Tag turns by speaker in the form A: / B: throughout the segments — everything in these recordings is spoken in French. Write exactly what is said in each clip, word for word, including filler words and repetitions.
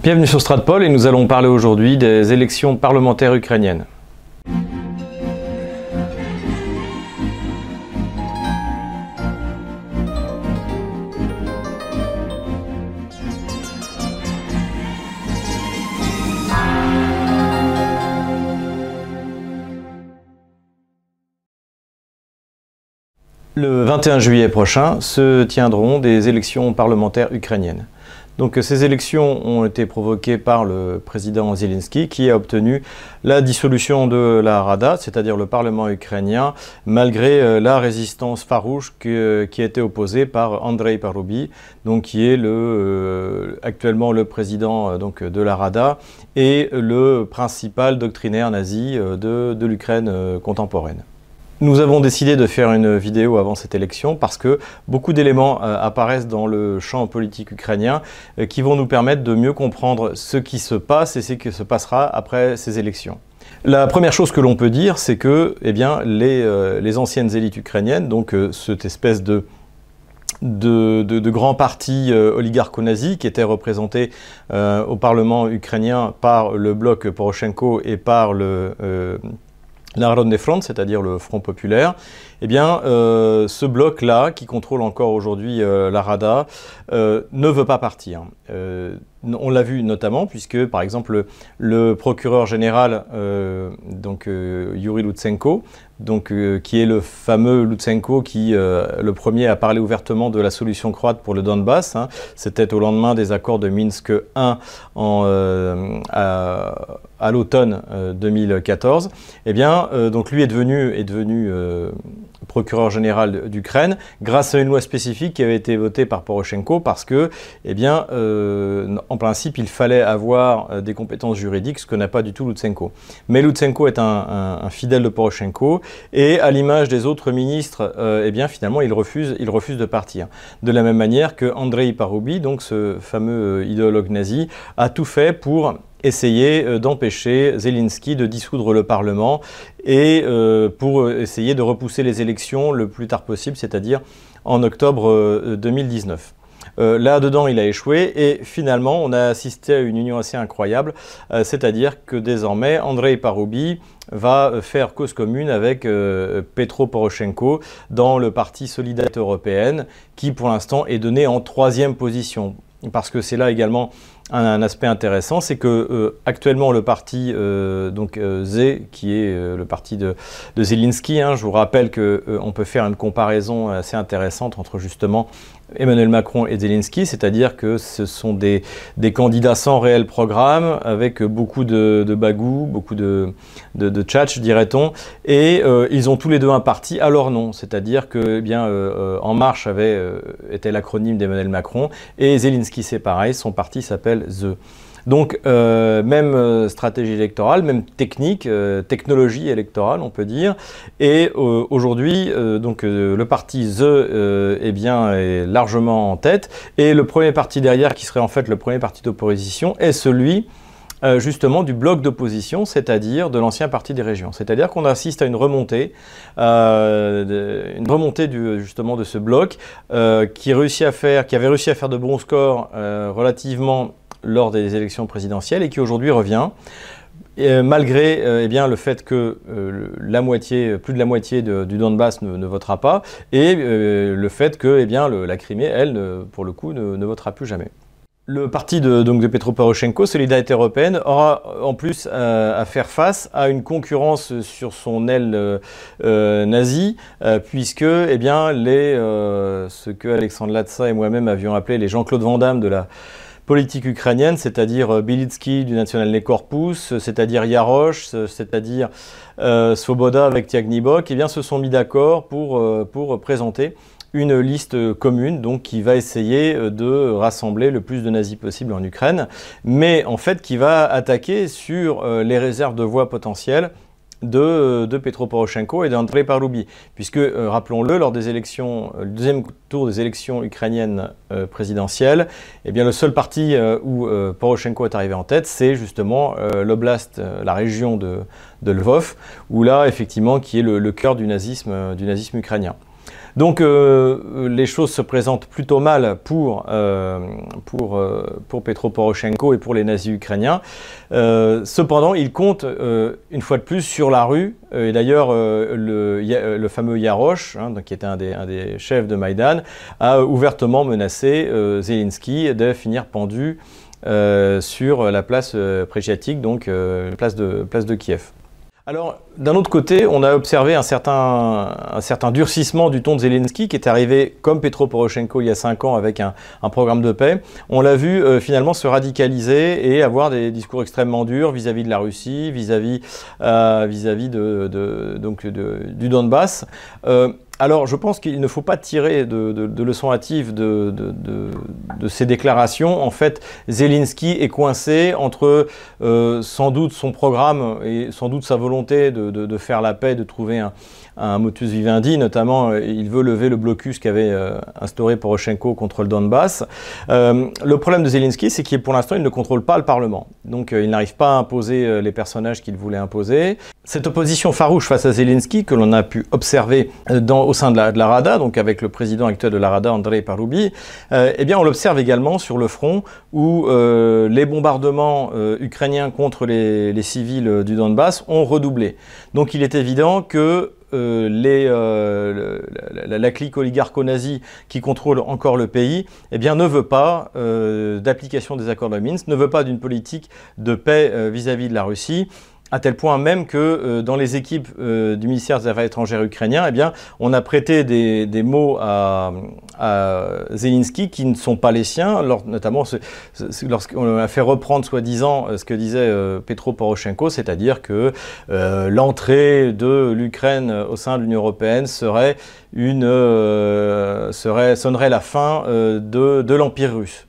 A: Bienvenue sur Stratpol et nous allons parler aujourd'hui des élections parlementaires ukrainiennes. Le vingt et un juillet prochain se tiendront des élections parlementaires ukrainiennes. Donc ces élections ont été provoquées par le président Zelensky qui a obtenu la dissolution de la Rada, c'est-à-dire le Parlement ukrainien, malgré la résistance farouche que, qui a été opposée par Andrei Parubiy, donc qui est le, euh, actuellement le président donc, de la Rada et le principal doctrinaire nazi de, de l'Ukraine contemporaine. Nous avons décidé de faire une vidéo avant cette élection parce que beaucoup d'éléments euh, apparaissent dans le champ politique ukrainien euh, qui vont nous permettre de mieux comprendre ce qui se passe et ce qui se passera après ces élections. La première chose que l'on peut dire, c'est que eh bien, les, euh, les anciennes élites ukrainiennes, donc euh, cette espèce de De, de, de grands partis euh, oligarcho-nazis qui étaient représentés euh, au Parlement ukrainien par le bloc Poroshenko et par le euh, Narodny Front, c'est-à-dire le Front populaire, eh bien, euh, ce bloc-là, qui contrôle encore aujourd'hui euh, la Rada, euh, ne veut pas partir. Euh, on l'a vu notamment puisque, par exemple, le, le procureur général, euh, donc euh, Yuri Lutsenko, donc, euh, qui est le fameux Lutsenko qui, euh, le premier, a parlé ouvertement de la solution croate pour le Donbass. Hein. C'était au lendemain des accords de Minsk un en, euh, à, à l'automne euh, deux mille quatorze. Eh bien, euh, donc lui est devenu, est devenu euh, procureur général d'Ukraine grâce à une loi spécifique qui avait été votée par Poroshenko parce que, eh bien, euh, en principe, il fallait avoir des compétences juridiques, ce que n'a pas du tout Lutsenko. Mais Lutsenko est un, un, un fidèle de Poroshenko et à l'image des autres ministres, euh, eh bien, finalement, il refuse, il refuse de partir. De la même manière que Andrei Parubiy, donc ce fameux idéologue nazi, a tout fait pour essayer d'empêcher Zelensky de dissoudre le Parlement et euh, pour essayer de repousser les élections le plus tard possible, c'est-à-dire en octobre deux mille dix-neuf. Euh, Là-dedans, il a échoué et finalement, on a assisté à une union assez incroyable, euh, c'est-à-dire que désormais, Andrei Parubiy va faire cause commune avec euh, Petro Poroshenko dans le parti Solidarité européenne, qui pour l'instant est donné en troisième position. Parce que c'est là également un, un aspect intéressant, c'est que euh, actuellement le parti euh, donc euh, Z, qui est euh, le parti de, de Zelensky, hein, je vous rappelle que euh, on peut faire une comparaison assez intéressante entre justement Emmanuel Macron et Zelensky, c'est-à-dire que ce sont des, des candidats sans réel programme, avec beaucoup de, de bagou, beaucoup de, de, de tchatch, dirait-on, et euh, ils ont tous les deux un parti à leur nom, c'est-à-dire que eh bien, euh, En Marche avait, euh, était l'acronyme d'Emmanuel Macron, et Zelensky c'est pareil, son parti s'appelle The. Donc, euh, même stratégie électorale, même technique, euh, technologie électorale, on peut dire. Et euh, aujourd'hui, euh, donc euh, le parti The euh, eh bien, est largement en tête. Et le premier parti derrière, qui serait en fait le premier parti d'opposition, est celui euh, justement du bloc d'opposition, c'est-à-dire de l'ancien parti des régions. C'est-à-dire qu'on assiste à une remontée, euh, de, une remontée du, justement de ce bloc euh, qui, réussit à faire, qui avait réussi à faire de bons scores euh, relativement lors des élections présidentielles et qui aujourd'hui revient, et malgré euh, eh bien, le fait que euh, la moitié, plus de la moitié de, du Donbass ne, ne votera pas, et euh, le fait que eh bien, le, la Crimée, elle, ne, pour le coup, ne, ne votera plus jamais. Le parti de, donc de Petro Poroshenko, Solidarité européenne, aura en plus euh, à faire face à une concurrence sur son aile euh, nazie, euh, puisque eh bien, les, euh, ce que Alexandre Latsa et moi-même avions appelé les Jean-Claude Van Damme de la politique ukrainienne, c'est-à-dire Bilitsky du Nationalny Korpus, c'est-à-dire Yarosh, c'est-à-dire euh, Svoboda avec Tiagnibok, eh bien, se sont mis d'accord pour, euh, pour présenter une liste commune donc, qui va essayer de rassembler le plus de nazis possible en Ukraine, mais en fait qui va attaquer sur euh, les réserves de voix potentielles de, de Petro Poroshenko et d'Andrei Parubiy, puisque, euh, rappelons-le, lors des élections, le deuxième tour des élections ukrainiennes euh, présidentielles, eh bien, le seul parti euh, où euh, Poroshenko est arrivé en tête, c'est justement euh, l'oblast, euh, la région de, de Lvov, où là, effectivement, qui est le, le cœur du nazisme, euh, du nazisme ukrainien. Donc euh, les choses se présentent plutôt mal pour, euh, pour, euh, pour Petro Poroshenko et pour les nazis ukrainiens. Euh, cependant, il compte euh, une fois de plus sur la rue. Et d'ailleurs, euh, le, le fameux Yarosh, hein, qui était un des, un des chefs de Maïdan, a ouvertement menacé euh, Zelensky de finir pendu euh, sur la place euh, Prestiatique, donc euh, place de, place de Kiev. Alors, d'un autre côté, on a observé un certain, un certain durcissement du ton de Zelensky qui est arrivé comme Petro Poroshenko il y a cinq ans avec un, un programme de paix. On l'a vu euh, finalement se radicaliser et avoir des discours extrêmement durs vis-à-vis de la Russie, vis-à-vis euh, vis-à-vis de, de, donc de, du Donbass. Euh, Alors, je pense qu'il ne faut pas tirer de, de, de leçons hâtives de, de, de, de ces déclarations. En fait, Zelensky est coincé entre euh, sans doute son programme et sans doute sa volonté de, de, de faire la paix, de trouver un, un motus vivendi. Notamment, euh, il veut lever le blocus qu'avait euh, instauré Poroshenko contre le Donbass. Euh, le problème de Zelensky, c'est qu'il, pour l'instant, il ne contrôle pas le Parlement. Donc, euh, il n'arrive pas à imposer euh, les personnages qu'il voulait imposer. Cette opposition farouche face à Zelensky, que l'on a pu observer dans, au sein de la, de la Rada, donc avec le président actuel de la Rada, Andrei Parubi, euh, eh bien on l'observe également sur le front où euh, les bombardements euh, ukrainiens contre les, les civils du Donbass ont redoublé. Donc il est évident que Euh, les, euh, la, la clique oligarcho-nazie qui contrôle encore le pays, eh bien, ne veut pas euh, d'application des accords de Minsk, ne veut pas d'une politique de paix euh, vis-à-vis de la Russie, à tel point même que euh, dans les équipes euh, du ministère des Affaires étrangères ukrainien, eh bien, on a prêté des, des mots à, à Zelensky qui ne sont pas les siens, lors, notamment ce, ce, lorsqu'on a fait reprendre soi-disant ce que disait euh, Petro Poroshenko, c'est-à-dire que euh, l'entrée de l'Ukraine au sein de l'Union européenne serait une, euh, serait, sonnerait la fin euh, de, de l'Empire russe.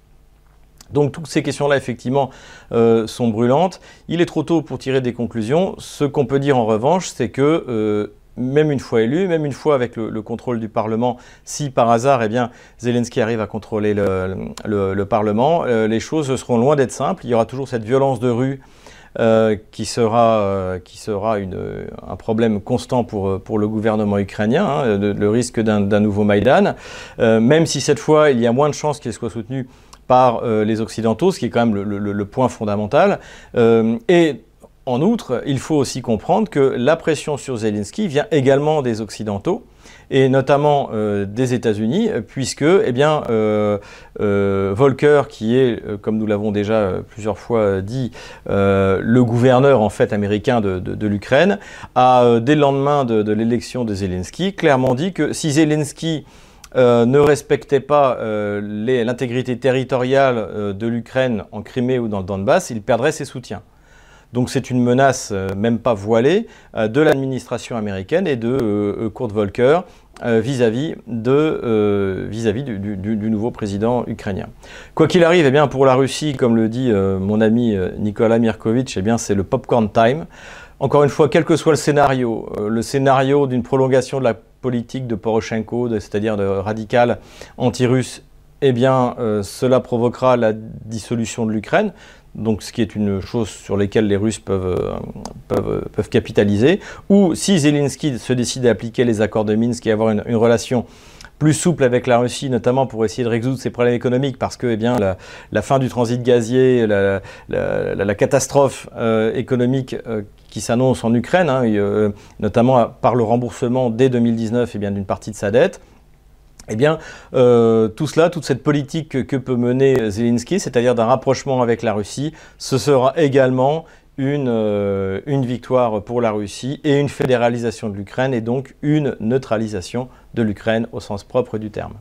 A: Donc toutes ces questions-là, effectivement, euh, sont brûlantes. Il est trop tôt pour tirer des conclusions. Ce qu'on peut dire en revanche, c'est que euh, même une fois élu, même une fois avec le, le contrôle du Parlement, si par hasard, eh bien, Zelensky arrive à contrôler le, le, le Parlement, euh, les choses seront loin d'être simples. Il y aura toujours cette violence de rue euh, qui sera, euh, qui sera une, un problème constant pour, pour le gouvernement ukrainien, hein, le, le risque d'un d'un nouveau Maïdan, euh, même si cette fois, il y a moins de chances qu'il soit soutenu par euh, les Occidentaux, ce qui est quand même le, le, le point fondamental. Euh, et en outre, il faut aussi comprendre que la pression sur Zelensky vient également des Occidentaux, et notamment euh, des États-Unis, puisque eh bien, euh, euh, Volker, qui est, euh, comme nous l'avons déjà euh, plusieurs fois dit, euh, le gouverneur en fait américain de, de, de l'Ukraine, a, euh, dès le lendemain de, de l'élection de Zelensky, clairement dit que si Zelensky Euh, ne respectait pas euh, l'intégrité territoriale euh, de l'Ukraine en Crimée ou dans le Donbass, il perdrait ses soutiens. Donc c'est une menace, euh, même pas voilée, euh, de l'administration américaine et de euh, Kurt Volker euh, vis-à-vis de, euh, vis-à-vis du, du, du nouveau président ukrainien. Quoi qu'il arrive, eh bien, pour la Russie, comme le dit euh, mon ami euh, Nicolas Mirkovitch, eh bien, c'est le popcorn time. Encore une fois, quel que soit le scénario, euh, le scénario d'une prolongation de la politique de Poroshenko, c'est-à-dire de radical anti-russe, eh bien, euh, cela provoquera la dissolution de l'Ukraine, donc ce qui est une chose sur laquelle les Russes peuvent, euh, peuvent, peuvent capitaliser. Ou si Zelensky se décide à appliquer les accords de Minsk et avoir une, une relation plus souple avec la Russie, notamment pour essayer de résoudre ses problèmes économiques, parce que eh bien, la, la fin du transit gazier, la, la, la, la catastrophe euh, économique euh, qui s'annonce en Ukraine, hein, et, euh, notamment par le remboursement dès deux mille dix-neuf eh bien, d'une partie de sa dette, eh bien, euh, tout cela, toute cette politique que, que peut mener Zelensky, c'est-à-dire d'un rapprochement avec la Russie, ce sera également une, euh, une victoire pour la Russie et une fédéralisation de l'Ukraine et donc une neutralisation de l'Ukraine au sens propre du terme.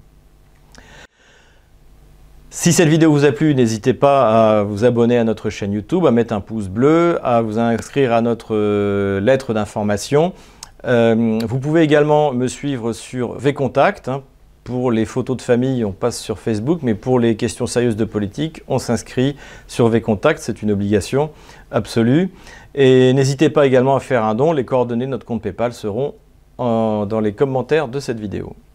A: Si cette vidéo vous a plu, n'hésitez pas à vous abonner à notre chaîne YouTube, à mettre un pouce bleu, à vous inscrire à notre euh, lettre d'information. Euh, vous pouvez également me suivre sur Vcontact. Hein. Pour les photos de famille, on passe sur Facebook, mais pour les questions sérieuses de politique, on s'inscrit sur Vcontact, c'est une obligation absolue. Et n'hésitez pas également à faire un don, les coordonnées de notre compte PayPal seront en, dans les commentaires de cette vidéo.